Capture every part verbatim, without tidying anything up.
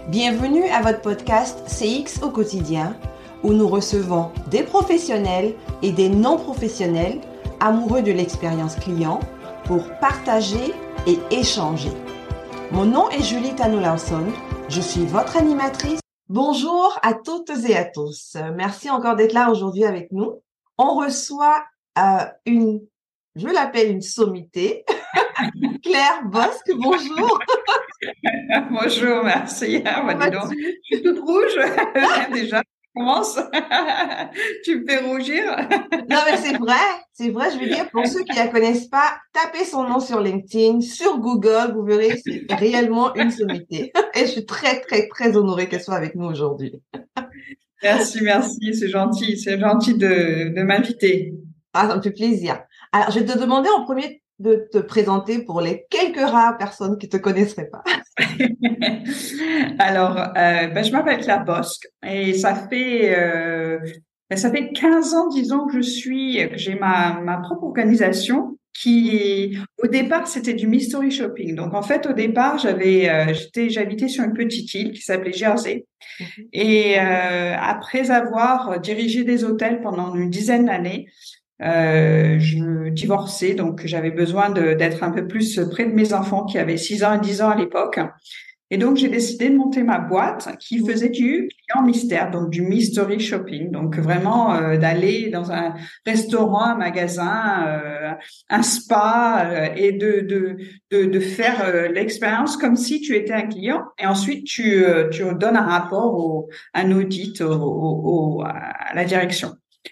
Bienvenue à votre podcast C X au quotidien, où nous recevons des professionnels et des non-professionnels amoureux de l'expérience client pour partager et échanger. Mon nom est Julie Tano-Lawson, je suis votre animatrice. Bonjour à toutes et à tous. Merci encore d'être là aujourd'hui avec nous. On reçoit euh, une, je l'appelle une sommité, Claire Bosc, bonjour. Bonjour, merci. Ah, bah, dis donc, je suis toute rouge déjà. Commence. Tu me fais rougir. Non, mais c'est vrai, c'est vrai. Je veux dire, pour ceux qui la connaissent pas, tapez son nom sur LinkedIn, sur Google, vous verrez, c'est réellement une sommité. Et je suis très, très, très honorée qu'elle soit avec nous aujourd'hui. Merci, merci. C'est gentil, c'est gentil de, de m'inviter. Ah, ça me fait plaisir. Alors, je vais te demander en premier de te présenter pour les quelques rares personnes qui te connaisseraient pas. Alors, euh, ben, je m'appelle Claire Bosc et ça fait euh, ben, ça fait quinze ans, disons, que je suis, que j'ai ma ma propre organisation qui, au départ, c'était du mystery shopping. Donc, en fait, au départ, j'avais euh, j'étais j'habitais sur une petite île qui s'appelait Jersey et euh, après avoir dirigé des hôtels pendant une dizaine d'années. Euh, je divorçais, donc j'avais besoin de, d'être un peu plus près de mes enfants qui avaient six ans et dix ans à l'époque. Et donc, j'ai décidé de monter ma boîte qui faisait du client mystère, donc du mystery shopping. Donc, vraiment euh, d'aller dans un restaurant, un magasin, euh, un spa euh, et de, de, de, de faire euh, l'expérience comme si tu étais un client. Et ensuite, tu, euh, tu donnes un rapport, au, un audit au, au, au, à la direction.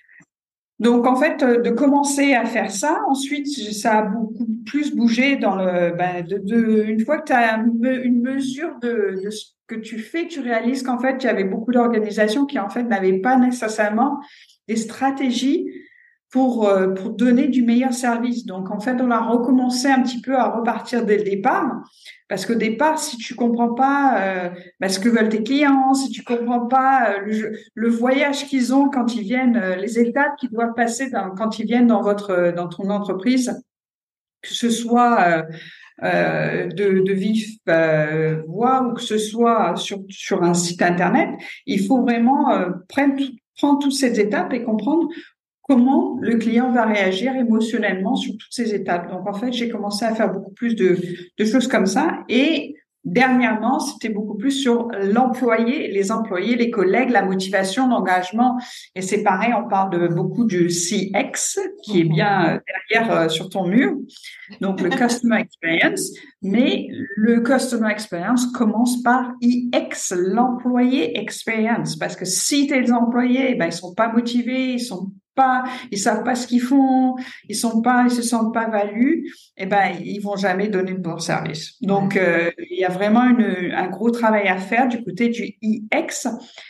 Donc en fait, de commencer à faire ça, ensuite ça a beaucoup plus bougé dans le, ben, de, de, une fois que tu as une mesure de, de ce que tu fais, tu réalises qu'en fait il y avait beaucoup d'organisations qui en fait n'avaient pas nécessairement des stratégies pour euh, pour donner du meilleur service. Donc en fait, on a recommencé un petit peu à repartir dès le départ, parce qu'au départ, si tu comprends pas euh, ben, ce que veulent tes clients, si tu comprends pas euh, le, le voyage qu'ils ont quand ils viennent, euh, les étapes qu'ils doivent passer dans, quand ils viennent dans votre dans ton entreprise, que ce soit euh, euh, de, de vive euh, voix ou que ce soit sur sur un site internet, il faut vraiment euh, prendre prendre toutes ces étapes et comprendre comment le client va réagir émotionnellement sur toutes ces étapes. Donc, en fait, j'ai commencé à faire beaucoup plus de, de choses comme ça. Et dernièrement, c'était beaucoup plus sur l'employé, les employés, les collègues, la motivation, l'engagement. Et c'est pareil, on parle de beaucoup du C X qui est bien derrière euh, sur ton mur. Donc, le Customer Experience. Mais le Customer Experience commence par I X, l'employé Experience. Parce que si tes employés, ben, ils sont pas motivés, ils sont pas, ils savent pas ce qu'ils font, ils sont pas, ils se sentent pas valus, eh ben ils vont jamais donner de bon service. Donc euh, il y a vraiment une, un gros travail à faire du côté du I X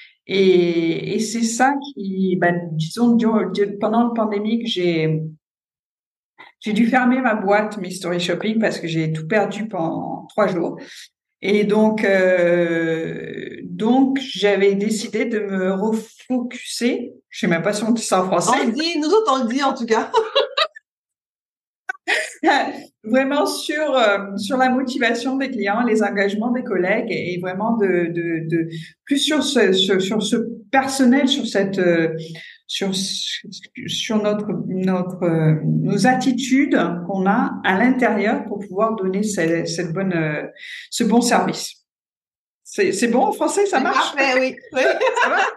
et, et c'est ça qui, ben, disons pendant la pandémie que j'ai j'ai dû fermer ma boîte Mystery Shopping parce que j'ai tout perdu pendant trois jours. Et donc, euh, donc j'avais décidé de me refocuser. Je sais même pas si on dit ça en français. On le dit, nous autres on le dit en tout cas. Vraiment sur euh, sur la motivation des clients, les engagements des collègues et vraiment de de, de plus sur ce sur, sur ce personnel, sur cette euh, sur sur notre notre euh, nos attitudes qu'on a à l'intérieur pour pouvoir donner cette, cette bonne euh, ce bon service. C'est c'est bon en français, ça marche? Parfait, oui. oui. Ça va?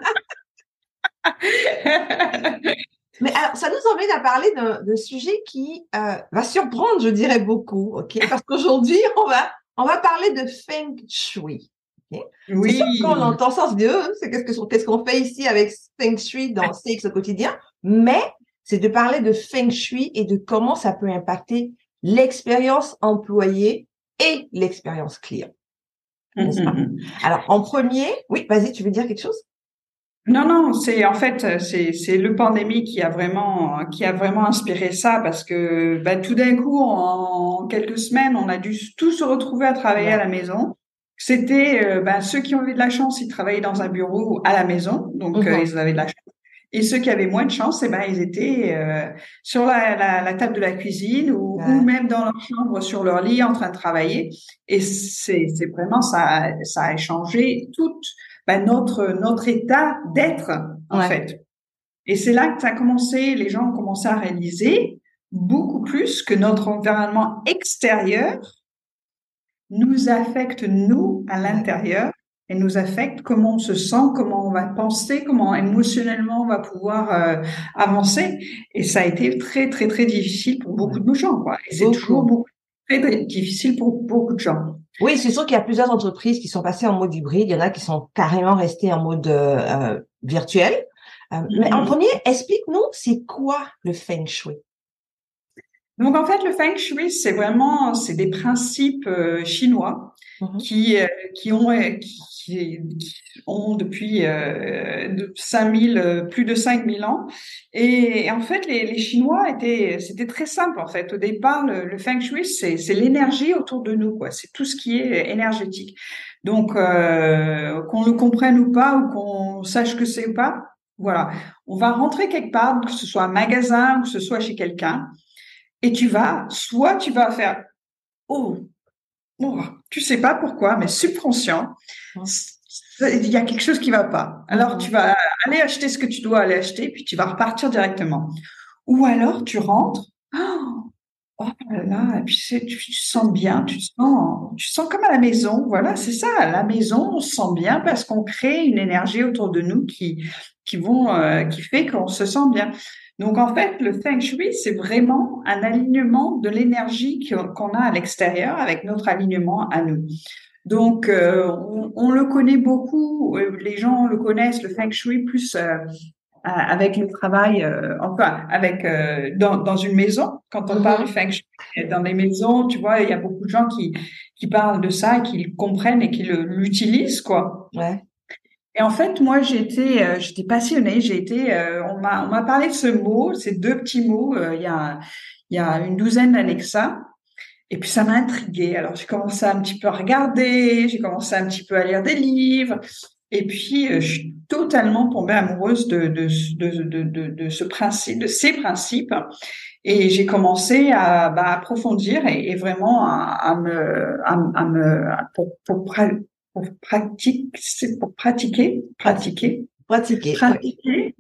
Mais alors, ça nous emmène à parler d'un, d'un sujet qui euh, va surprendre, je dirais beaucoup, ok? Parce qu'aujourd'hui, on va on va parler de Feng Shui. Okay? Oui. C'est sûr qu'on entend ça, on se dit, euh, c'est qu'est-ce que qu'est-ce qu'on fait ici avec Feng Shui dans C X au quotidien? Mais c'est de parler de Feng Shui et de comment ça peut impacter l'expérience employée et l'expérience client. N'est-ce pas? Alors, en premier, oui, vas-y, tu veux dire quelque chose? Non, non, c'est en fait c'est c'est le pandémie qui a vraiment qui a vraiment inspiré ça parce que bah, tout d'un coup en quelques semaines on a dû tous se retrouver à travailler Ouais. à la maison. C'était euh, bah, ceux qui ont eu de la chance, ils travaillaient dans un bureau à la maison, donc Mm-hmm. euh, ils avaient de la chance. Et ceux qui avaient moins de chance, eh ben, ils étaient euh, sur la, la, la table de la cuisine ou, Ouais. ou même dans leur chambre, sur leur lit, en train de travailler. Et c'est, c'est vraiment ça, ça a changé tout ben, notre notre état d'être en Ouais. fait. Et c'est là que ça a commencé. Les gens ont commencé à réaliser beaucoup plus que notre environnement extérieur nous affecte nous à l'intérieur et nous affecte comment on se sent, comment on va penser, comment émotionnellement on va pouvoir euh, avancer. Et ça a été très très très difficile pour beaucoup de gens, quoi. Et c'est toujours Beaucoup. beaucoup très, très difficile pour beaucoup de gens. Oui, c'est sûr qu'il y a plusieurs entreprises qui sont passées en mode hybride. Il y en a qui sont carrément restées en mode euh, virtuel. Euh, mais en Mm-hmm. premier, explique-nous, c'est quoi le Feng Shui? Donc en fait, le Feng Shui, c'est vraiment, c'est des principes euh, chinois Mm-hmm. qui euh, qui ont euh, qui, qui ont depuis euh, de cinq mille euh, plus de cinq mille ans. Et, et en fait, les, les Chinois étaient, c'était très simple en fait. Au départ, le, le Feng Shui, c'est c'est l'énergie autour de nous, quoi. C'est tout ce qui est énergétique. Donc euh, qu'on le comprenne ou pas, ou qu'on sache que c'est ou pas, voilà. On va rentrer quelque part, que ce soit un magasin ou que ce soit chez quelqu'un. Et tu vas, soit tu vas faire, oh, oh, tu sais pas pourquoi, mais subconscient, il y a quelque chose qui va pas. Alors tu vas aller acheter ce que tu dois aller acheter, puis tu vas repartir directement. Ou alors tu rentres, oh, oh là là, et puis tu, tu te sens bien, tu te sens, tu te sens comme à la maison. Voilà, c'est ça, à la maison, on se sent bien parce qu'on crée une énergie autour de nous qui, qui vont, euh, qui fait qu'on se sent bien. Donc en fait, le Feng Shui, c'est vraiment un alignement de l'énergie qu'on a à l'extérieur avec notre alignement à nous. Donc euh, on, on le connaît beaucoup, les gens le connaissent, le Feng Shui plus euh, avec le travail, euh, enfin avec euh, dans, dans une maison. Quand on Mm-hmm. parle du Feng Shui dans les maisons, tu vois, il y a beaucoup de gens qui qui parlent de ça, qui le comprennent et qui le, l'utilisent, quoi. Ouais. Et en fait, moi, j'étais, euh, j'étais passionnée. J'ai été, euh, on m'a, on m'a parlé de ce mot, ces deux petits mots, euh, il y a, il y a une douzaine d'années que ça. Et puis ça m'a intriguée. Alors j'ai commencé un petit peu à regarder, j'ai commencé un petit peu à lire des livres. Et puis euh, je suis totalement tombée amoureuse de de, de de de de ce principe, de ces principes. Et j'ai commencé à bah, approfondir et, et vraiment à, à me à, à me pour pour, pour pratiquer pour pratiquer pratiquer Pratiquer. pratiquer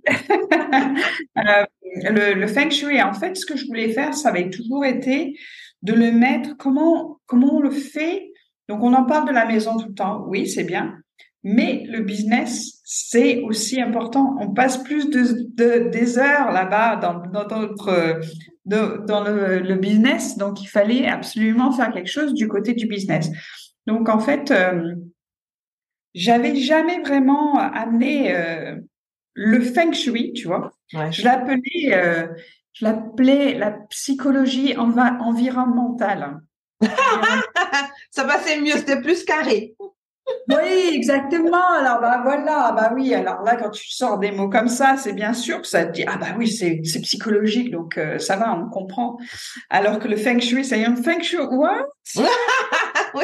euh, le, le Feng Shui. En fait, ce que je voulais faire, ça avait toujours été de le mettre, comment, comment on le fait. Donc, on en parle de la maison tout le temps. Oui, c'est bien. Mais le business, c'est aussi important. On passe plus de, de des heures là-bas dans, dans notre, de, dans le, le business. Donc, il fallait absolument faire quelque chose du côté du business. Donc, en fait, euh, j'avais jamais vraiment amené euh, le Feng Shui, tu vois. Ouais. Je l'appelais, euh, je l'appelais la psychologie env- environnementale. Ça passait mieux, c'était plus carré. Oui, exactement. Alors bah voilà, bah oui. Alors là, quand tu sors des mots comme ça, c'est bien sûr que ça te dit ah bah oui, c'est c'est psychologique, donc euh, ça va, on comprend. Alors que le Feng Shui, c'est un Feng Shui, what? Oui.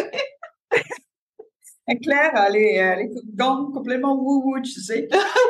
Claire, elle est, elle est dans- complètement wou-wou, tu sais.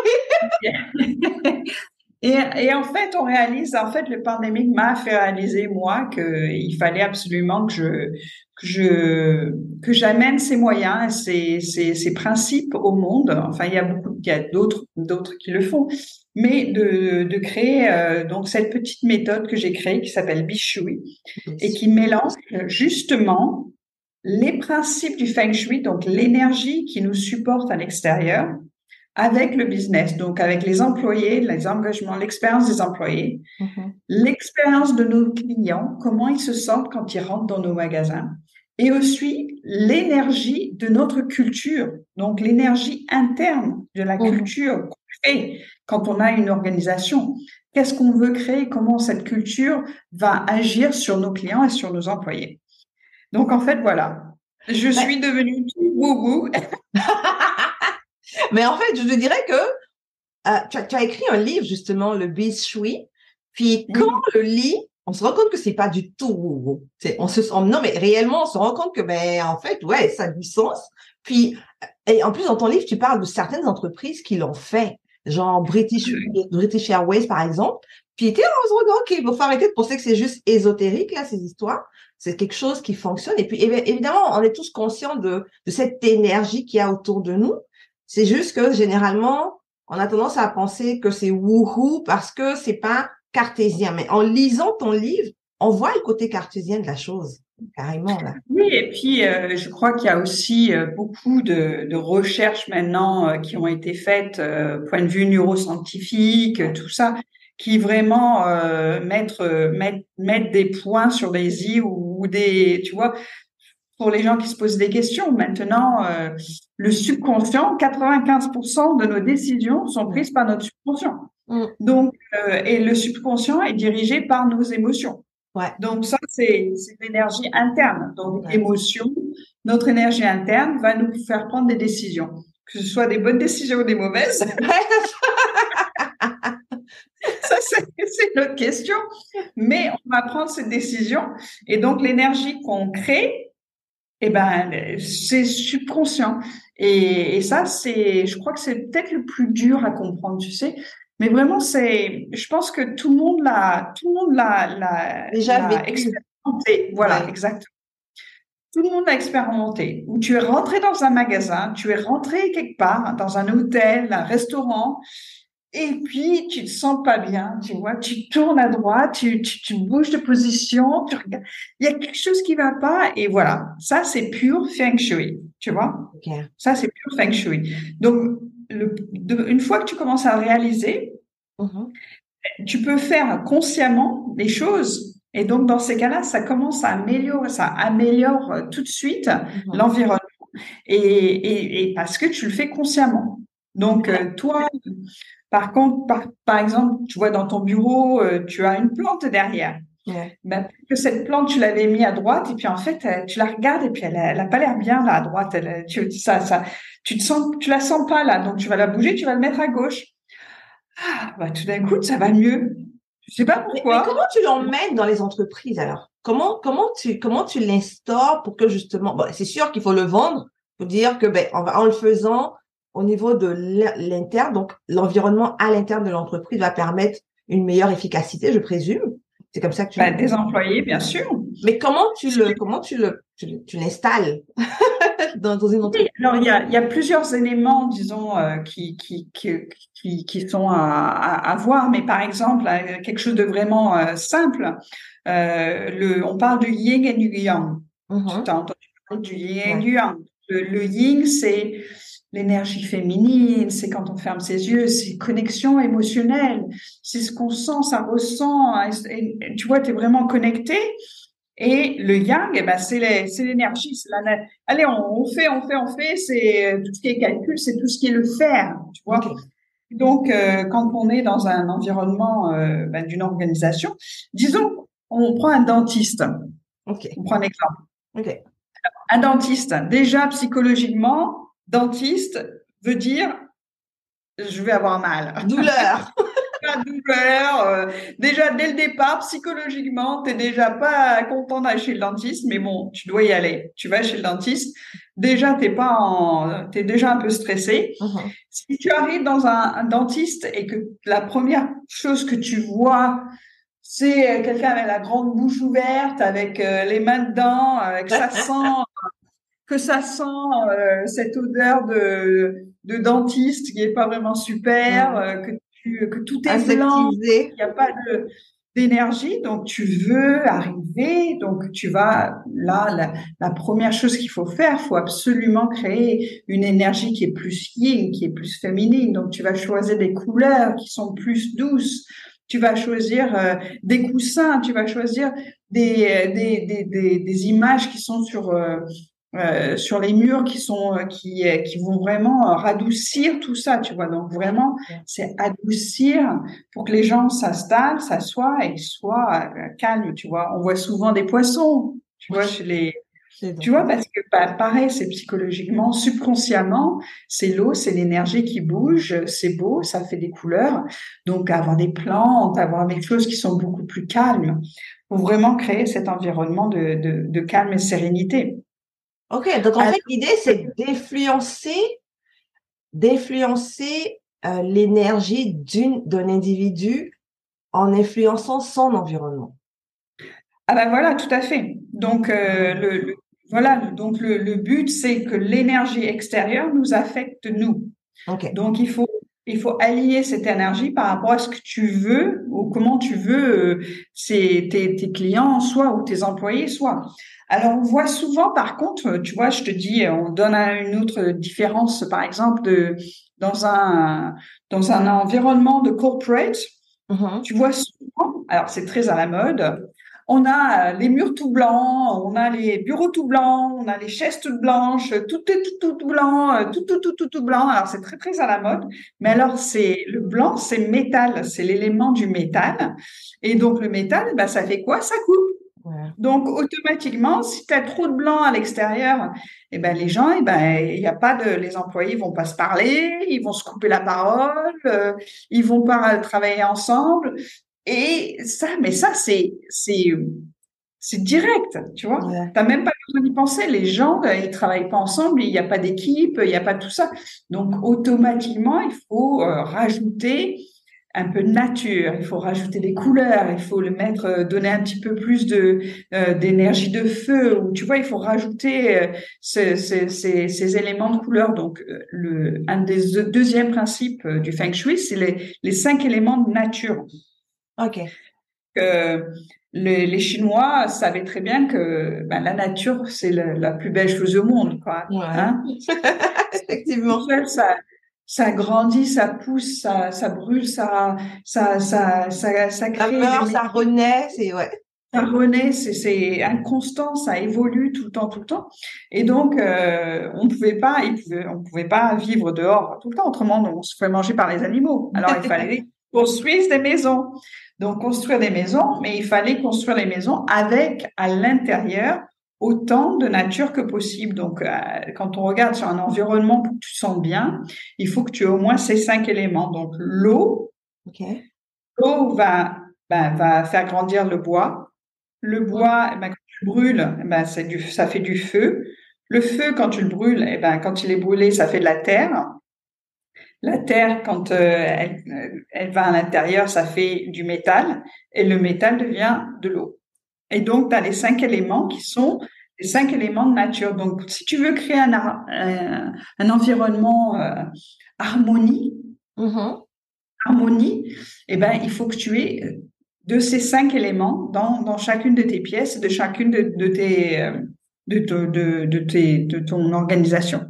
Et, et en fait, on réalise, en fait, le pandémie m'a fait réaliser, moi, qu'il fallait absolument que je, que je, que j'amène ces moyens, ces, ces, ces principes au monde. Enfin, il y a beaucoup, il y a d'autres, d'autres qui le font. Mais de, de créer, euh, donc, cette petite méthode que j'ai créée qui s'appelle Bishui et qui mélange justement les principes du Feng Shui, donc l'énergie qui nous supporte à l'extérieur, avec le business, donc avec les employés, les engagements, l'expérience des employés, mm-hmm. l'expérience de nos clients, comment ils se sentent quand ils rentrent dans nos magasins, et aussi l'énergie de notre culture, donc l'énergie interne de la mm-hmm. culture qu'on crée quand on a une organisation. Qu'est-ce qu'on veut créer? Comment cette culture va agir sur nos clients et sur nos employés? Donc, en fait, voilà. Je suis devenue wou-wou. Mais en fait, je te dirais que euh, tu, as, tu as écrit un livre, justement, le Bishui. Puis, quand oui. on le lit, on se rend compte que c'est pas du tout wou-wou. C'est, on se, on, non, mais réellement, on se rend compte que, ben, en fait, ouais, ça a du sens. Puis, et en plus, dans ton livre, tu parles de certaines entreprises qui l'ont fait. genre British, British Airways, par exemple. Puis, tu sais, on se regarde, OK, il faut arrêter de penser que c'est juste ésotérique, là, ces histoires. C'est quelque chose qui fonctionne. Et puis, évidemment, on est tous conscients de, de cette énergie qu'il y a autour de nous. C'est juste que, généralement, on a tendance à penser que c'est wouhou parce que c'est pas cartésien. Mais en lisant ton livre, on voit le côté cartésien de la chose, carrément, là. Oui, et puis euh, je crois qu'il y a aussi euh, beaucoup de, de recherches maintenant euh, qui ont été faites, euh, point de vue neuroscientifique, euh, tout ça, qui vraiment euh, mettent, euh, mettent, mettent des points sur les i ou, ou des, tu vois, pour les gens qui se posent des questions. Maintenant, euh, le subconscient, quatre-vingt-quinze pour cent de nos décisions sont prises par notre subconscient. Mm. Donc, euh, et le subconscient est dirigé par nos émotions. Ouais. Donc ça, c'est c'est l'énergie interne. Donc Ouais. émotion, notre énergie interne va nous faire prendre des décisions, que ce soit des bonnes décisions ou des mauvaises. Ça, c'est c'est notre question. Mais on va prendre cette décision. Et donc l'énergie qu'on crée, eh ben, c'est subconscient. Et, et ça, c'est, je crois que c'est peut-être le plus dur à comprendre, tu sais. Mais vraiment, c'est, je pense que tout le monde l'a, tout le monde l'a, l'a, Déjà l'a vécu. expérimenté. Voilà, Ouais. exactement. Tout le monde l'a expérimenté. Où tu es rentré dans un magasin, tu es rentré quelque part, dans un hôtel, un restaurant, et puis tu te sens pas bien, tu vois. Tu tournes à droite, tu, tu, tu bouges de position, tu regardes. Il y a quelque chose qui va pas, et voilà. Ça, c'est pur feng shui, tu vois. Okay. Ça, c'est pur feng shui. Donc, le, de, une fois que tu commences à le réaliser, Mm-hmm. tu peux faire consciemment les choses. Et donc, dans ces cas-là, ça commence à améliorer, ça améliore tout de suite Mm-hmm. l'environnement. Et, et, et parce que tu le fais consciemment. Donc, euh, toi, par contre, par, par exemple, tu vois, dans ton bureau, euh, tu as une plante derrière. Ouais. Ben, que cette plante, tu l'avais mis à droite, et puis en fait, euh, tu la regardes, et puis elle, elle a pas l'air bien là à droite. Elle, tu, ça, ça, tu te sens, tu la sens pas là, donc tu vas la bouger, tu vas le mettre à gauche. Ah, bah, tout d'un coup, ça va mieux. Je sais pas pourquoi. Mais, mais comment tu l'emmènes dans les entreprises alors? Comment comment tu comment tu l'instaures pour que justement, bon, c'est sûr qu'il faut le vendre, faut dire que ben on va, en le faisant au niveau de l'interne, donc l'environnement à l'interne de l'entreprise va permettre une meilleure efficacité, je présume. C'est comme ça que tu. Ben, des employés, bien sûr. Mais comment tu le comment tu le tu, tu l'installes dans, dans une entreprise? Oui, alors il y a, il y a plusieurs éléments, disons, euh, qui, qui, qui, qui, qui sont à, à, à voir, mais par exemple, euh, quelque chose de vraiment euh, simple, euh, le, on parle du yin et du yang. Mm-hmm. Tu as entendu parler du yin et Ouais. du yang. Le, le yin, c'est l'énergie féminine, c'est quand on ferme ses yeux, c'est connexion émotionnelle, c'est ce qu'on sent, ça ressent, et, et, tu vois, tu es vraiment connecté. Et le yang, eh ben, c'est les, c'est l'énergie, c'est la, allez, on, on fait, on fait, on fait, c'est tout ce qui est calcul, c'est tout ce qui est le faire, tu vois. Okay. Donc, euh, quand on est dans un environnement euh, ben, d'une organisation, disons, on prend un dentiste. Okay. On prend un exemple. Okay. Un dentiste, déjà psychologiquement, dentiste veut dire je vais avoir mal. Douleur. Pas de douleur. Euh, déjà, dès le départ, psychologiquement, t'es déjà pas content d'aller chez le dentiste, mais bon, tu dois y aller. Tu vas chez le dentiste. Déjà, t'es pas en, t'es déjà un peu stressé. Mm-hmm. Si tu arrives dans un, un dentiste et que la première chose que tu vois, c'est quelqu'un avec la grande bouche ouverte, avec euh, les mains dedans, euh, que ça sent, que ça sent euh, cette odeur de, de dentiste qui est pas vraiment super, Mm. euh, que tu, que tout est Aseptisé. blanc, il n'y a pas de d'énergie, donc tu veux arriver, donc tu vas là, la, la première chose qu'il faut faire, faut absolument créer une énergie qui est plus yin, qui est plus féminine, donc tu vas choisir des couleurs qui sont plus douces, tu vas choisir euh, des coussins, tu vas choisir des des des des, des images qui sont sur euh, Euh, sur les murs qui sont euh, qui qui vont vraiment euh, radoucir tout ça, tu vois. Donc vraiment, c'est adoucir pour que les gens s'installent, s'assoient et soient euh, calmes, tu vois. On voit souvent des poissons, tu vois, chez les tu vois, parce que bah, pareil, c'est psychologiquement, subconsciemment, c'est l'eau, c'est l'énergie qui bouge, c'est beau, ça fait des couleurs. Donc avoir des plantes, avoir des choses qui sont beaucoup plus calmes pour vraiment créer cet environnement de de, de calme et de sérénité. Ok, donc en fait, l'idée, c'est d'influencer, d'influencer euh, l'énergie d'une, d'un individu en influençant son environnement. Ah ben voilà, tout à fait. Donc euh, le, le- voilà, donc le, le but c'est que l'énergie extérieure nous affecte nous. OK. Donc il faut il faut aligner cette énergie par rapport à ce que tu veux ou comment tu veux euh, c'est tes, tes clients soient ou tes employés soient. Alors on voit souvent par contre, tu vois, je te dis, on donne un- une autre différence par exemple de dans un dans un environnement de corporate. Mhm. Tu vois souvent, alors c'est très à la mode, on a euh, les murs tout blancs, on a les bureaux tout blancs, on a les chaises toutes blanches, tout est tout, tout, tout blanc, euh, tout, tout, tout, tout, tout blanc. Alors c'est très, très à la mode. Mais alors c'est le blanc, c'est métal, c'est l'élément du métal. Et donc le métal, ben, ça fait quoi? Ça coupe. Ouais. Donc, automatiquement, si tu as trop de blanc à l'extérieur, eh ben, les gens, eh ben, il y a pas de, les employés vont pas se parler, ils vont se couper la parole, euh, ils vont pas travailler ensemble. Et ça, mais ça, c'est, c'est, c'est direct, tu vois. Ouais. T'as même pas besoin d'y penser. Les gens, euh, ils travaillent pas ensemble, il n'y a pas d'équipe, il n'y a pas tout ça. Donc, automatiquement, il faut euh, rajouter un peu de nature, il faut rajouter des couleurs, il faut le mettre, euh, donner un petit peu plus de euh, d'énergie de feu, ou tu vois, il faut rajouter euh, ce- ce- ces, ces éléments de couleur. Donc, euh, le un des deux- deuxièmes principes euh, du Feng Shui, c'est les, les cinq éléments de nature. OK. Que les, les Chinois savaient très bien que ben, la nature, c'est la, la plus belle chose au monde, quoi. Ouais. Hein? Tout Effectivement. seul, ça, ça grandit, ça pousse, ça, ça brûle, ça, ça, ça, ça, ça Ça crée des meurt, ça renaît, c'est, ouais. ça renaît, c'est c'est inconstant, ça évolue tout le temps, tout le temps. Et donc, euh, on pouvait pas, il pouvait, on pouvait pas vivre dehors tout le temps. Autrement, on se fait manger par les animaux. Alors, il fallait construire des maisons. Donc, construire des maisons, mais il fallait construire les maisons avec, à l'intérieur, autant de nature que possible. Donc, euh, quand on regarde sur un environnement pour que tu te sentes bien, il faut que tu aies au moins ces cinq éléments. Donc, l'eau, OK. l'eau va, ben, va faire grandir le bois. Le Mhm. bois, eh ben, quand tu le brûles, eh ben, c'est du, ça fait du feu. Le feu, quand tu le brûles, eh ben, quand il est brûlé, ça fait de la terre. La terre, quand euh, elle, euh, elle va à l'intérieur, ça fait du métal. Et le métal devient de l'eau. Et donc, tu as les cinq éléments qui sont les cinq éléments de nature. Donc, si tu veux créer un, ar- un, un environnement euh, harmonie, Mhm. harmonie, eh ben, il faut que tu aies euh, de ces cinq éléments dans, dans chacune de tes pièces, de chacune de, de tes, euh, de, de, de, de tes, de ton organisation.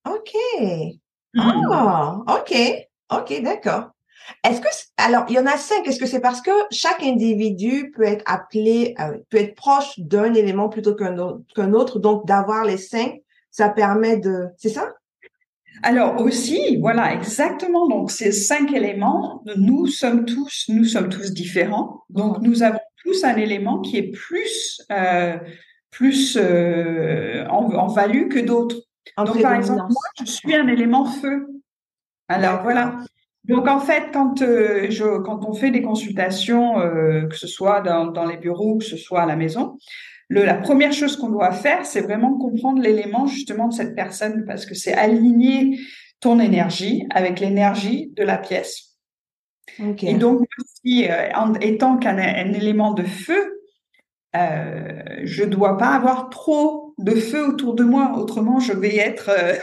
OK. Hmm. Ah, OK. OK, d'accord. Est-ce que, c- alors, il y en a cinq. Est-ce que c'est parce que chaque individu peut être appelé, euh, peut être proche d'un élément plutôt qu'un autre, qu'un autre, donc d'avoir les cinq, ça permet de, c'est ça? Alors aussi, voilà, exactement. Donc ces cinq éléments, nous sommes tous, nous sommes tous différents. Donc Mhm. nous avons tous un élément qui est plus, euh, plus euh, en, en value que d'autres. En Donc par exemple, moi, prédominance. je suis un élément feu. Alors D'accord. voilà. Donc en fait, quand euh, je, quand on fait des consultations, euh, que ce soit dans, dans les bureaux, que ce soit à la maison, le, la première chose qu'on doit faire, c'est vraiment comprendre l'élément justement de cette personne parce que c'est aligner ton énergie avec l'énergie de la pièce. Et OK. donc, moi, si, euh, en étant qu'un un élément de feu, euh, je dois pas avoir trop de feu autour de moi, autrement je vais être euh,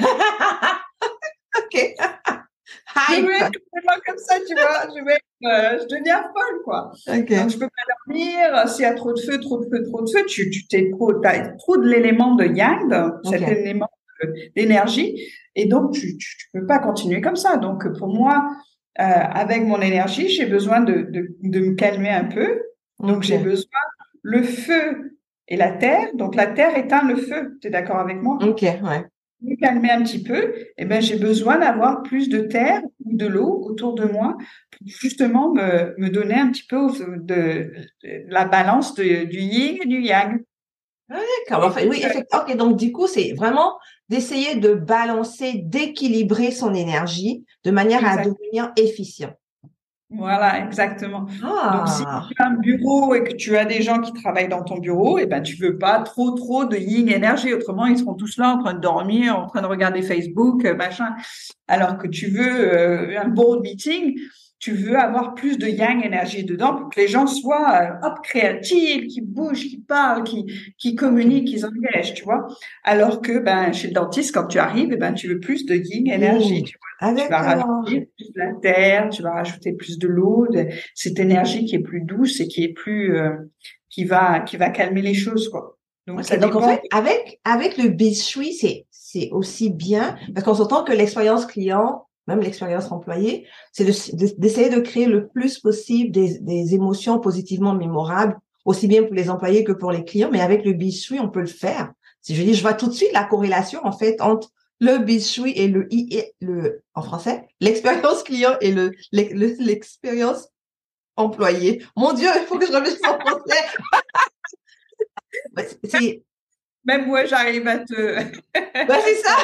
OK. je vais Hype. être complètement comme ça, tu vois. Je vais, être, euh, je deviens folle, quoi. Donc, OK. je peux pas dormir. S'il y a trop de feu, trop de feu, trop de feu, tu, tu t'es trop, t'as trop de l'élément de yang, cet OK. élément euh, d'énergie. Et donc, tu, tu, tu peux pas continuer comme ça. Donc, pour moi, euh, avec mon énergie, j'ai besoin de, de, de me calmer un peu. Donc, j'ai OK. besoin le feu et la terre. Donc, la terre éteint le feu. Tu es d'accord avec moi? OK, ouais. Me calmer un petit peu, eh ben, j'ai besoin d'avoir plus de terre ou de l'eau autour de moi pour justement me, me donner un petit peu de, de la balance de- du yin et du yang. D'accord. En Et fait, oui, euh, effectivement. OK, donc du coup, c'est vraiment d'essayer de balancer, d'équilibrer son énergie de manière à exact. devenir efficient. Voilà, exactement. Donc, si Ah, tu as un bureau et que tu as des gens qui travaillent dans ton bureau, eh ben, tu veux pas trop, trop de yin énergie. Autrement, ils seront tous là en train de dormir, en train de regarder Facebook, euh, machin. alors que tu veux euh, un board meeting, tu veux avoir plus de yang énergie dedans pour que les gens soient euh, hop créatifs, qui bougent, qui parlent, qui qui communiquent, qui s'engagent, tu vois. Alors que ben chez le dentiste, quand tu arrives, eh ben tu veux plus de yin énergie, Yin. tu Ah, vois. Tu vas d'accord. rajouter plus de la terre, tu vas rajouter plus de l'eau, de, cette énergie qui est plus douce et qui est plus euh, qui va qui va calmer les choses, quoi. Donc Ok, ça donc en dépend. fait, avec, avec le biscuit, c'est, c'est aussi bien, parce qu'on s'entend que l'expérience client, même l'expérience employée, c'est de- de- d'essayer de créer le plus possible des, des émotions positivement mémorables, aussi bien pour les employés que pour les clients, mais avec le biscuit, on peut le faire. Si je dis, je vois tout de suite la corrélation, en fait, entre le biscuit et le I, et le, en français, l'expérience client et le, l'ex- le- l'expérience employée. Mon Dieu, il faut que je réfléchisse en français. Ouais, c'est, Même moi, j'arrive à te. bah, c'est ça.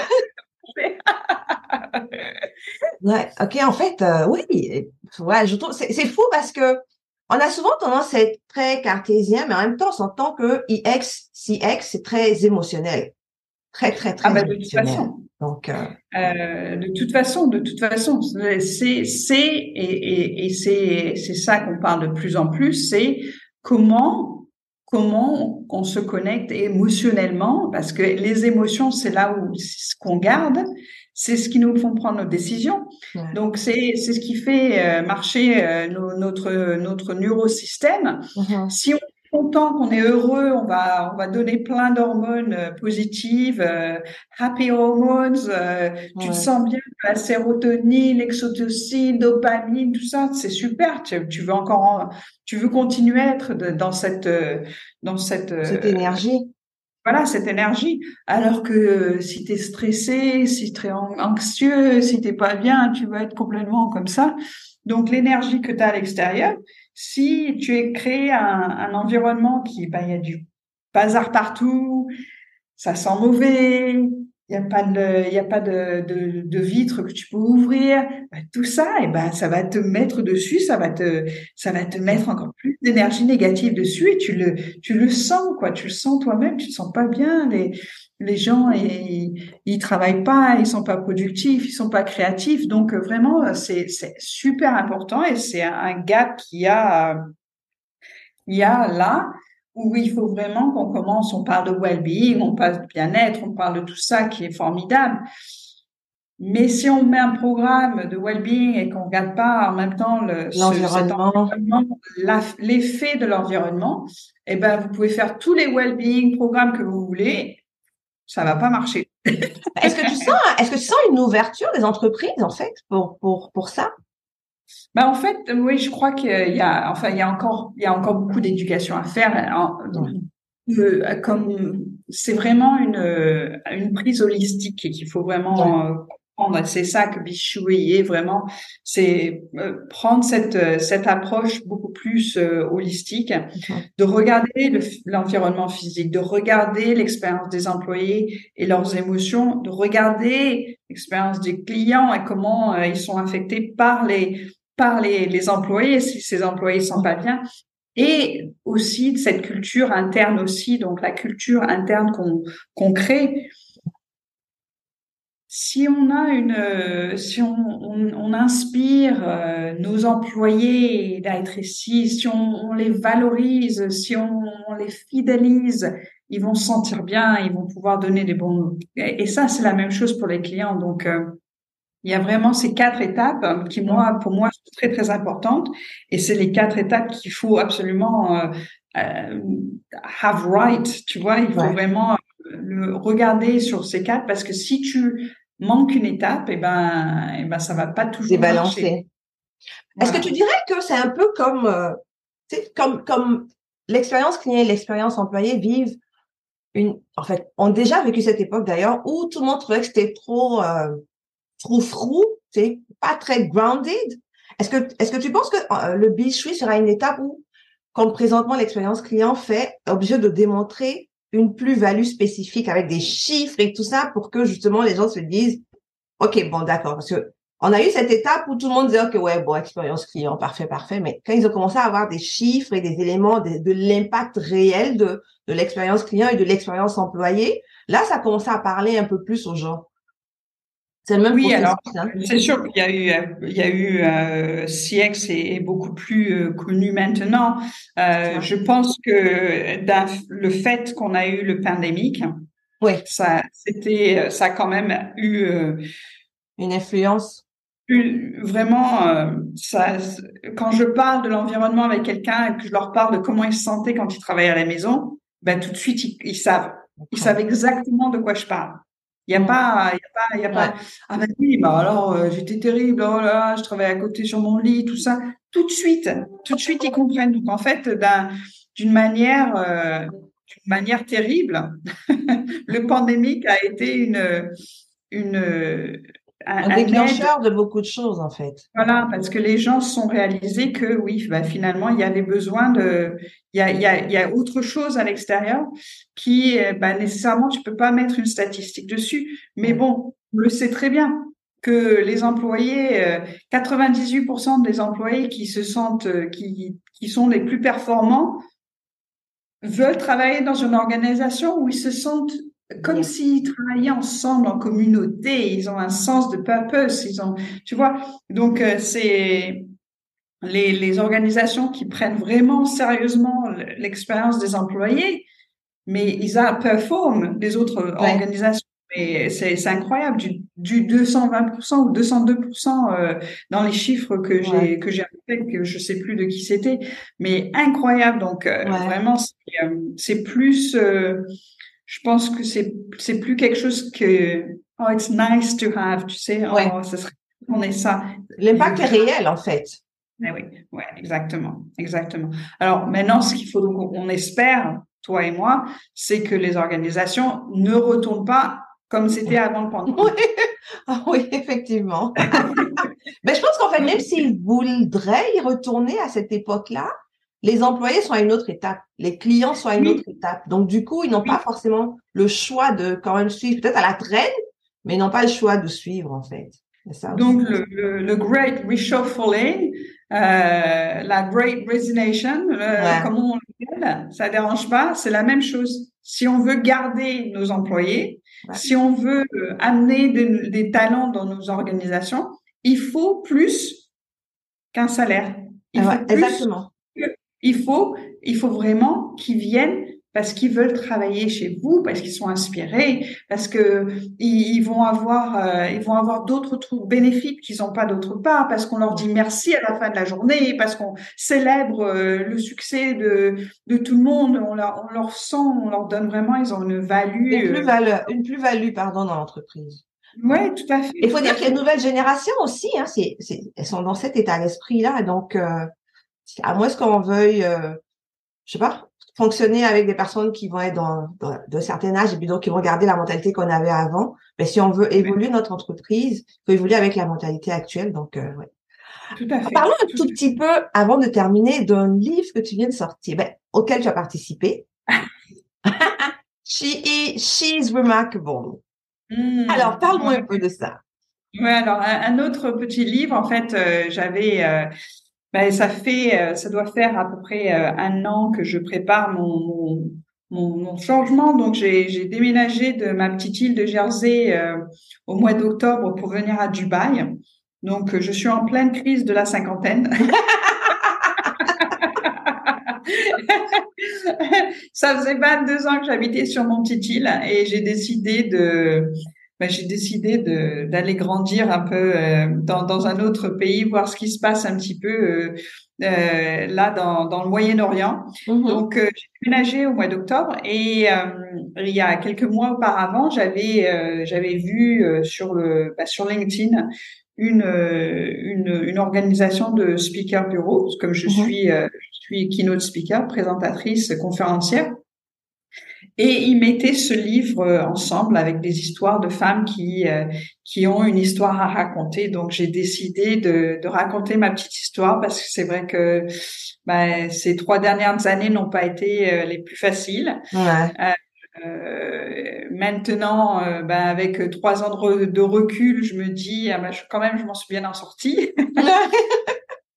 Ouais, ok, en fait, euh, oui, ouais, je trouve, c'est c'est fou parce que on a souvent tendance à être très cartésien, mais en même temps, on s'entend que I X, C X, c'est très émotionnel, très, très, Ah très bah de toute émotionnel. façon. Donc, euh, Euh, de toute façon, de toute façon, c'est c'est et, et, et c'est c'est ça qu'on parle de plus en plus, c'est comment comment on se connecte émotionnellement, parce que les émotions, c'est là où ce qu'on garde, c'est ce qui nous font prendre nos décisions. ouais. Donc c'est c'est ce qui fait euh, marcher euh, nos- notre notre neurosystème. Mhm. Si on est content, qu'on est heureux, on va on va donner plein d'hormones euh, positives, euh, happy hormones. euh, tu te Ouais. sens bien, la sérotonine, l'exotocine, dopamine, tout ça, c'est super. Tu, tu veux encore, en- tu veux continuer à être de- dans cette, euh, dans cette, Cette euh, énergie. voilà, cette énergie. Alors que euh, si t'es stressé, si t'es an- anxieux, si t'es pas bien, tu vas être complètement comme ça. Donc l'énergie que tu as à l'extérieur, si tu es créé un, un environnement qui, ben, il y a du bazar partout, ça sent mauvais, il y a pas de, il y a pas de, de, de vitre que tu peux ouvrir. Bah, tout ça, et ben, ça va te mettre dessus, ça va te, ça va te mettre encore plus d'énergie négative dessus et tu le, tu le sens, quoi. Tu le sens toi-même, tu te sens pas bien. Les, les gens, ils, ils travaillent pas, ils sont pas productifs, ils sont pas créatifs. Donc, euh, vraiment, c'est, c'est super important et c'est un, un gap qu'il y a, euh, il y a là où il faut vraiment qu'on commence, on parle de well-being, on parle de bien-être, on parle de tout ça qui est formidable. Mais si on met un programme de well-being et qu'on regarde pas en même temps le, ce, cet L'environnement. environnement, la- l'effet de l'environnement, eh ben, vous pouvez faire tous les well-being programmes que vous voulez, ça va pas marcher. Est-ce que tu sens, est-ce que tu sens une ouverture des entreprises, en fait, pour, pour, pour ça? Ben, en fait, oui, je crois qu'il y a, enfin, il y a encore, il y a encore beaucoup d'éducation à faire. En- Ouais. euh, comme c'est vraiment une euh, une prise holistique et qu'il faut Ouais. vraiment euh, comprendre. C'est ça que Bishui est vraiment, c'est euh, prendre cette euh, cette approche beaucoup plus euh, holistique, Mhm. de regarder le- l'environnement physique, de regarder l'expérience des employés et leurs émotions, de regarder l'expérience des clients et comment euh, ils sont affectés par les par les, les employés si ces employés sont pas bien et aussi de cette culture interne aussi, donc la culture interne qu'on qu'on crée. Si on a une, euh, si on, on, on inspire euh, nos employés d'être ici, si on, on les valorise, si on, on les fidélise, ils vont se sentir bien, ils vont pouvoir donner des bons. Et, et ça, c'est la même chose pour les clients. Donc, euh, il y a vraiment ces quatre étapes euh, qui, Mhm. moi, pour moi, sont très, très importantes. Et c'est les quatre étapes qu'il faut absolument euh, euh, have right. Tu vois, il faut Ouais. vraiment euh, le regarder sur ces quatre parce que si tu manques une étape, eh ben, eh ben, ça va pas toujours marcher. Débalancer. Est-ce que tu Voilà. dirais que c'est un peu comme, euh, tu sais, comme, comme l'expérience client et l'expérience employée vivent une, en fait, ont déjà vécu cette époque d'ailleurs où tout le monde trouvait que c'était trop, euh, frou-frou, tu sais, pas très grounded. Est-ce que, est-ce que tu penses que euh, le bichou sera une étape où, comme présentement l'expérience client fait, obligé de démontrer une plus-value spécifique avec des chiffres et tout ça pour que justement les gens se disent, OK, bon, d'accord, parce que on a eu cette étape où tout le monde disait, OK, ouais, bon, expérience client, parfait, parfait, mais quand ils ont commencé à avoir des chiffres et des éléments de, de l'impact réel de, de l'expérience client et de l'expérience employée, là, ça a commencé à parler un peu plus aux gens. C'est le même Oui, alors processus, hein. c'est sûr qu'il y a eu, euh, il y a eu euh, C X est, est beaucoup plus euh, connu maintenant. C'est Euh, ça. je pense que d'un- le fait qu'on a eu le pandémique, Oui, ça, c'était, ça a quand même eu, euh, une influence. eu vraiment, euh, ça. Quand je parle de l'environnement avec quelqu'un et que je leur parle de comment ils se sentaient quand ils travaillaient à la maison, ben tout de suite ils, ils savent, ils Après. savent exactement de quoi je parle. Il y a Mm. pas, il y a pas, il y a Ouais. pas. Ah ben oui, bah alors euh, j'étais terrible. Oh là là, je travaillais à côté sur mon lit, tout ça. Tout de suite, tout de suite ils comprennent. Donc en fait, d'un, d'une manière, euh, d'une manière terrible, le pandémique a été une, une, un, Un un aide. déclencheur de beaucoup de choses, en fait. Voilà, parce que les gens se sont réalisés que oui, bah, finalement, il y avait besoin de, il y a, il y a, il y a autre chose à l'extérieur qui, euh, bah, nécessairement, tu peux pas mettre une statistique dessus. Mais Mm. bon, on le sait très bien que les employés, euh, quatre-vingt-dix-huit pour cent des employés qui se sentent, euh, qui, qui sont les plus performants veulent travailler dans une organisation où ils se sentent comme Bien. s'ils travaillaient ensemble en communauté, ils ont un sens de purpose, ils ont, tu vois, donc euh, c'est les, les organisations qui prennent vraiment sérieusement l'expérience des employés, mais ils a performent les autres Ouais. organisations. Et c'est c'est incroyable, du, du deux cent vingt pour cent ou deux cent deux pour cent euh, dans les chiffres que Ouais. j'ai que j'ai fait, que je sais plus de qui c'était, mais incroyable. Donc euh, Ouais. vraiment, c'est euh, c'est plus, euh, je pense que c'est c'est plus quelque chose que oh it's nice to have, tu sais, Ouais. oh ça serait on est ça. Il veut L'impact est réel, en fait. eh oui, ouais, exactement, exactement. Alors maintenant, ce qu'il faut donc, on espère, toi et moi, c'est que les organisations ne retournent pas comme c'était avant le Oui, pandémie. ah oui, effectivement. Mais je pense qu'en fait, même s'ils voudraient y retourner à cette époque-là, les employés sont à une autre étape, les clients sont à une autre Oui, étape. Donc, du coup, ils n'ont pas oui. forcément le choix de quand même suivre, peut-être à la traîne, mais ils n'ont pas le choix de suivre, en fait. C'est ça Donc aussi. le, le, le Great Reshuffling, euh, la Great Resignation, euh, Ouais, comment on l'appelle, ça dérange pas, c'est la même chose. Si on veut garder nos employés, ouais, si on veut euh, amener des, des talents dans nos organisations, il faut plus qu'un salaire. Il ouais, faut plus, exactement. que- il faut, il faut vraiment qu'ils viennent parce qu'ils veulent travailler chez vous, parce qu'ils sont inspirés, parce que ils, ils vont avoir, euh, ils vont avoir d'autres trucs bénéfiques qu'ils n'ont pas d'autre part, parce qu'on leur dit merci à la fin de la journée, parce qu'on célèbre euh, le succès de, de tout le monde, on leur, on leur sent, on leur donne vraiment, ils ont une Une value. Euh, plus-value, une plus-value, pardon, dans l'entreprise. Ouais. ouais, tout à fait, Il faut tout dire à que les fait. nouvelles générations aussi, hein, c'est, c'est, elles sont dans cet état d'esprit-là. Donc, euh, à moins qu'on veuille, euh, je sais pas, fonctionner avec des personnes qui vont être dans, dans de certain âge et puis donc qui vont garder la mentalité qu'on avait avant. Mais si on veut Ouais, évoluer notre entreprise, il faut évoluer avec la mentalité actuelle. Donc, euh, ouais. tout à Parlons fait, un tout tout petit peu, avant de terminer, d'un livre que tu viens de sortir, ben, auquel tu as participé. She is, She's Remarkable. Alors, Hmm, parle-moi un ouais. peu de ça. Ouais, alors un, un autre petit livre, en fait, euh, j'avais, euh, ben, ça fait, euh, ça doit faire à peu près euh, un an que je prépare mon, mon, mon, mon changement. Donc j'ai, j'ai déménagé de ma petite île de Jersey euh, au mois d'octobre pour venir à Dubaï. Donc euh, je suis en pleine crise de la cinquantaine. Ça faisait vingt-deux ans que j'habitais sur mon petite île et j'ai décidé de, ben, j'ai décidé de d'aller grandir un peu euh, dans dans un autre pays, voir ce qui se passe un petit peu euh, euh, là dans dans le Moyen-Orient. Mhm. Donc euh, j'ai déménagé au mois d'octobre et euh, il y a quelques mois auparavant, j'avais euh, j'avais vu euh, sur le bah, sur LinkedIn une, euh, une une organisation de speaker bureau, comme je Mhm. suis euh, je suis keynote speaker, présentatrice, conférencière. Et ils mettaient ce livre euh, ensemble avec des histoires de femmes qui euh, qui ont une histoire à raconter. Donc j'ai décidé de, de raconter ma petite histoire parce que c'est vrai que ben, ces trois dernières années n'ont pas été euh, les plus faciles. Ouais. Euh, euh, maintenant, euh, ben, avec trois ans de, re- de recul, je me dis ah ben, je, quand même je m'en suis bien en sortie.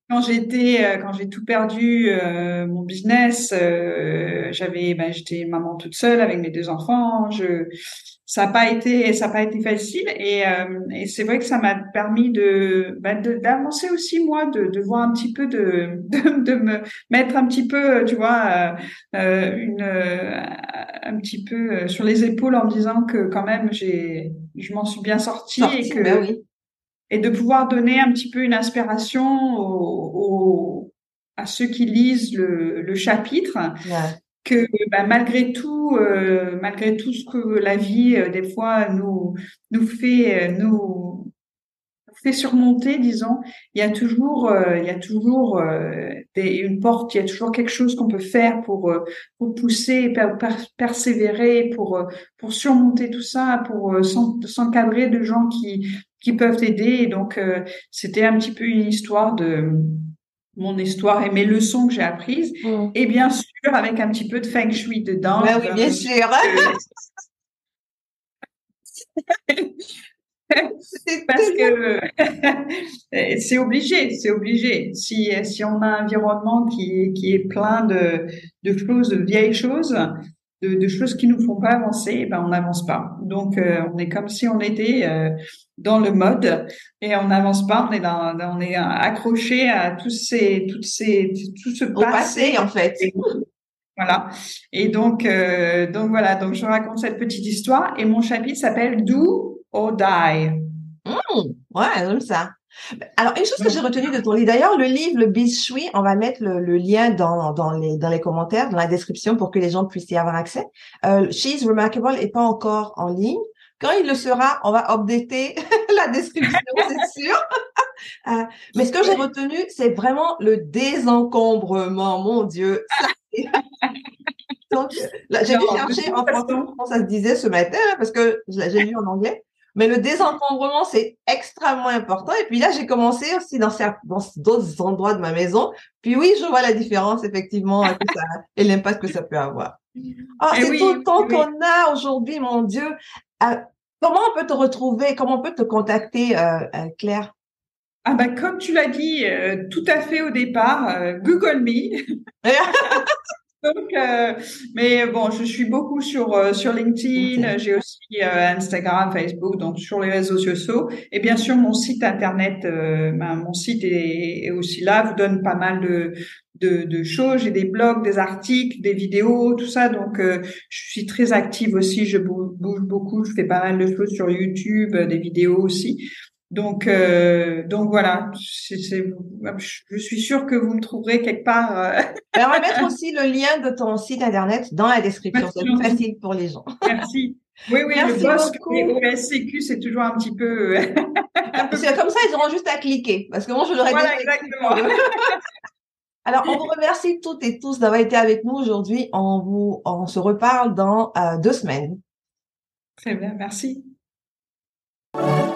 Quand j'étais, euh, quand j'ai tout perdu, euh, mon business, euh, j'avais, ben, j'étais maman toute seule avec mes deux enfants. Je, ça n'a pas été, ça n'a pas été facile. Et, euh, et c'est vrai que ça m'a permis de, ben, de, d'avancer aussi moi, de, de voir un petit peu, de, de, de me mettre un petit peu, tu vois, euh, euh, une, euh, un petit peu euh, sur les épaules en me disant que quand même j'ai, je m'en suis bien sortie et Sorti, ben que oui. et de pouvoir donner un petit peu une inspiration aux, aux- à ceux qui lisent le, le chapitre, Ouais. que bah, malgré tout, euh, malgré tout ce que la vie euh, des fois nous nous fait euh, nous fait surmonter, disons, il y a toujours euh, il y a toujours euh, des, une porte, il y a toujours quelque chose qu'on peut faire pour euh, pour pousser, per- per- persévérer, pour euh, pour surmonter tout ça, pour euh, s'en- s'encadrer de gens qui qui peuvent aider. Et donc euh, c'était un petit peu une histoire de mon histoire et mes leçons que j'ai apprises. Mm. Et bien sûr, avec un petit peu de feng shui dedans, Ben je oui, dois bien me dire sûr. que C'est parce tellement... que c'est obligé, c'est obligé. Si, si on a un environnement qui, qui est plein de, de choses, de vieilles choses, de, de choses qui nous font pas avancer, eh ben on n'avance pas. Donc euh, on est comme si on était euh, dans le mode et on n'avance pas. On est dans, on est accroché à tous ces, toutes ces, tout ce Au passé, passé. en fait. Et voilà. Et donc, euh, donc voilà. Donc je raconte cette petite histoire et mon chapitre s'appelle Do or Die. Mm. Ouais, j'aime ça. Alors, une chose que j'ai Donc, retenue de ton livre, d'ailleurs, le livre, le Bishui, on va mettre le, le lien dans, dans les, dans les commentaires, dans la description pour que les gens puissent y avoir accès. Euh, She's Remarkable est pas encore en ligne. Quand il le sera, on va updater la description, c'est sûr. Euh, mais ce que j'ai oui, retenu, c'est vraiment le désencombrement. Mon Dieu, ça. Donc, euh, là, j'ai dû non, de chercher toute en français façon, comment ça se disait ce matin, hein, parce que je l'ai- j'ai lu en anglais. Mais le désencombrement, c'est extrêmement important. Et puis là, j'ai commencé aussi dans cer- dans d'autres endroits de ma maison. Puis oui, je vois la différence, effectivement, euh, que ça, et l'impact que ça peut avoir. Ah, eh c'est tout oui, le temps oui, oui. qu'on a aujourd'hui, mon Dieu. Euh, comment on peut te retrouver? Comment on peut te contacter, euh, euh, Claire? Ah ben, comme tu l'as dit euh, tout à fait au départ, euh, Google Me. Donc, euh, mais bon, je suis beaucoup sur euh, sur LinkedIn. LinkedIn. J'ai aussi euh, Instagram, Facebook, donc sur les réseaux sociaux. Et bien sûr, mon site internet, euh, ben, mon site est, est aussi là. Vous donne pas mal de de, de choses. J'ai des blogs, des articles, des vidéos, tout ça. Donc, euh, je suis très active aussi. Je bou- bouge beaucoup. Je fais pas mal de choses sur YouTube, euh, des vidéos aussi. Donc, euh, donc voilà. C'est, c'est, je suis sûre que vous me trouverez quelque part. euh, Ben, on va mettre aussi le lien de ton site internet dans la description. C'est Merci plus gentil. facile pour les gens. Merci. Oui, oui, le Merci bosque et beaucoup. O S C Q, c'est toujours un petit peu, euh, un Ben, peu c'est plus comme ça, ils compliqué. auront juste à cliquer. Parce que moi, je l'aurais déjà Voilà, écrit pour exactement. eux. Alors, on vous remercie toutes et tous d'avoir été avec nous aujourd'hui. On vous, on se reparle dans euh, deux semaines. Très bien, merci.